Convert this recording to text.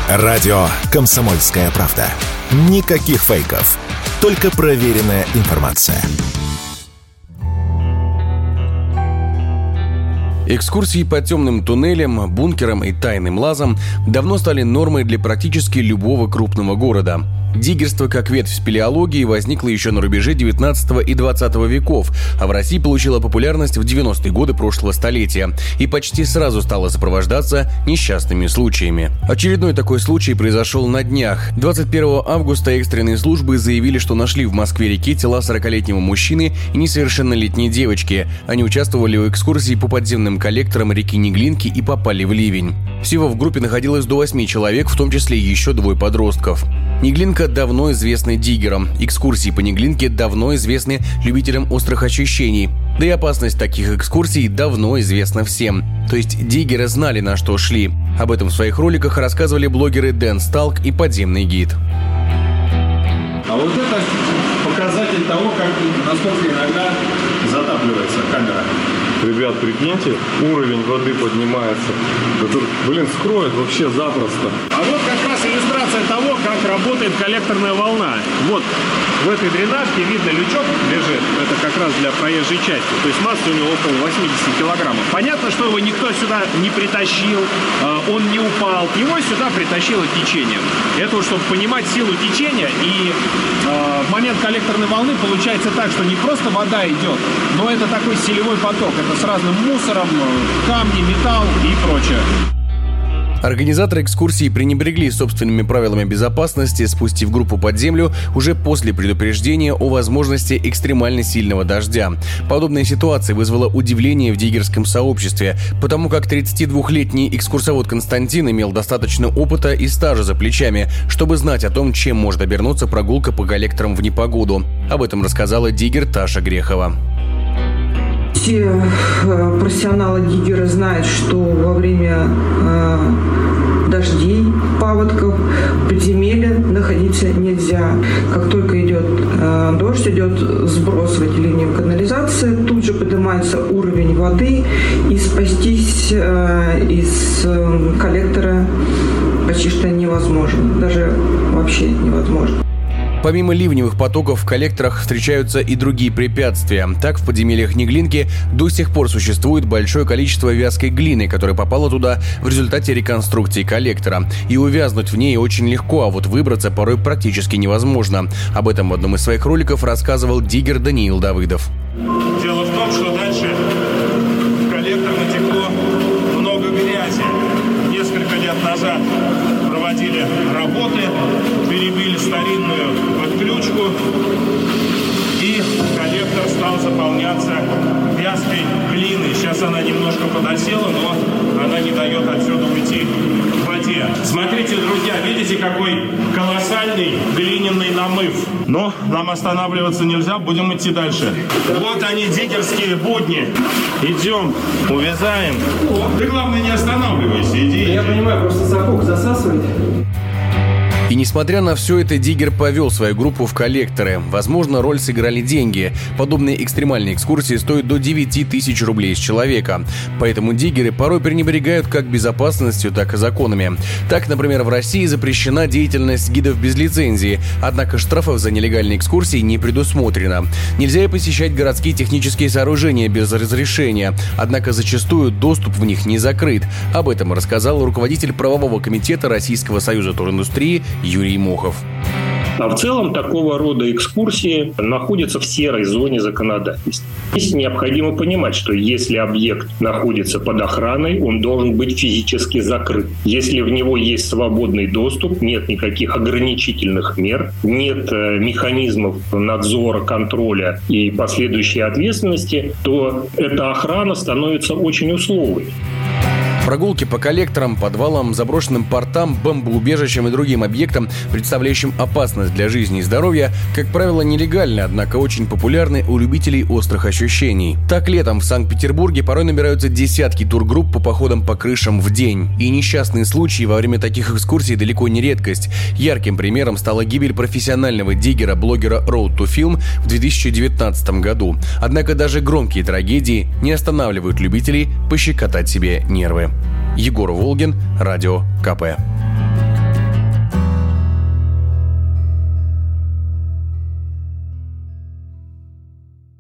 Радио «Комсомольская правда». Никаких фейков. Только проверенная информация. Экскурсии по темным туннелям, бункерам и тайным лазам давно стали нормой для практически любого крупного города. Диггерство как ветвь спелеологии возникло еще на рубеже 19 и 20 веков, а в России получило популярность в 90-е годы прошлого столетия и почти сразу стало сопровождаться несчастными случаями. Очередной такой случай произошел на днях. 21 августа экстренные службы заявили, что нашли в Москве-реке тела 40-летнего мужчины и несовершеннолетней девочки. Они участвовали в экскурсии по подземным коллекторам реки Неглинки и попали в ливень. Всего в группе находилось до 8 человек, в том числе еще 2 подростков. Неглинка давно известна диггерам. Экскурсии по Неглинке давно известны любителям острых ощущений. Да и опасность таких экскурсий давно известна всем. То есть диггеры знали, на что шли. Об этом в своих роликах рассказывали блогеры Дэн Сталк и Подземный гид. А вот это показатель того, насколько иногда затапливается камера. Ребят, прикиньте, уровень воды поднимается. Это, скроет вообще запросто. А вот как раз иллюстрация того, как работает коллекторная волна. Вот в этой дренажке видно, лючок лежит. Это как раз для проезжей части. То есть масса у него около 80 килограммов. Понятно, что его никто сюда не притащил, он не упал. Его сюда притащило течением. Это вот, чтобы понимать силу течения. И в момент коллекторной волны получается так, что не просто вода идет, но это такой селевой поток. Это с разным мусором, камни, металл и прочее. Организаторы экскурсии пренебрегли собственными правилами безопасности, спустив группу под землю уже после предупреждения о возможности экстремально сильного дождя. Подобная ситуация вызвала удивление в диггерском сообществе, потому как 32-летний экскурсовод Константин имел достаточно опыта и стажа за плечами, чтобы знать о том, чем может обернуться прогулка по коллекторам в непогоду. Об этом рассказала диггер Таша Грехова. Все профессионалы-диггеры знают, что во время дождей, паводков в подземелье находиться нельзя. Как только идет дождь, идет сброс в эти ливневые канализации, тут же поднимается уровень воды, и спастись из коллектора почти что невозможно, даже вообще невозможно. Помимо ливневых потоков в коллекторах встречаются и другие препятствия. Так, в подземельях Неглинки до сих пор существует большое количество вязкой глины, которая попала туда в результате реконструкции коллектора. И увязнуть в ней очень легко, а вот выбраться порой практически невозможно. Об этом в одном из своих роликов рассказывал диггер Даниил Давыдов. Дело в том, что дальше в коллектор натекло много грязи. Несколько лет назад проводили работы, перебили старинную подключку, и коллектор стал заполняться вязкой глиной. Сейчас она немножко подосела, но она не дает отсюда уйти в воде. Смотрите, друзья, видите, какой колоссальный глиняный намыв. Но нам останавливаться нельзя, будем идти дальше. Вот они, диггерские будни. Идем, увязаем. Ты, главное, не останавливайся, иди. Я понимаю, просто сапог засасывает. И несмотря на все это, диггер повел свою группу в коллекторы. Возможно, роль сыграли деньги. Подобные экстремальные экскурсии стоят до 9000 рублей с человека. Поэтому диггеры порой пренебрегают как безопасностью, так и законами. Так, например, в России запрещена деятельность гидов без лицензии, однако штрафов за нелегальные экскурсии не предусмотрено. Нельзя и посещать городские технические сооружения без разрешения, однако зачастую доступ в них не закрыт. Об этом рассказал руководитель правового комитета Российского союза туриндустрии Юрий Мохов. А в целом такого рода экскурсии находятся в серой зоне законодательства. Здесь необходимо понимать, что если объект находится под охраной, он должен быть физически закрыт. Если в него есть свободный доступ, нет никаких ограничительных мер, нет механизмов надзора, контроля и последующей ответственности, то эта охрана становится очень условной. Прогулки по коллекторам, подвалам, заброшенным портам, бомбоубежищам и другим объектам, представляющим опасность для жизни и здоровья, как правило, нелегальны, однако очень популярны у любителей острых ощущений. Так, летом в Санкт-Петербурге порой набираются десятки тургрупп по походам по крышам в день. И несчастные случаи во время таких экскурсий далеко не редкость. Ярким примером стала гибель профессионального диггера-блогера Road to Film в 2019 году. Однако даже громкие трагедии не останавливают любителей пощекотать себе нервы. Егор Волгин, Радио КП.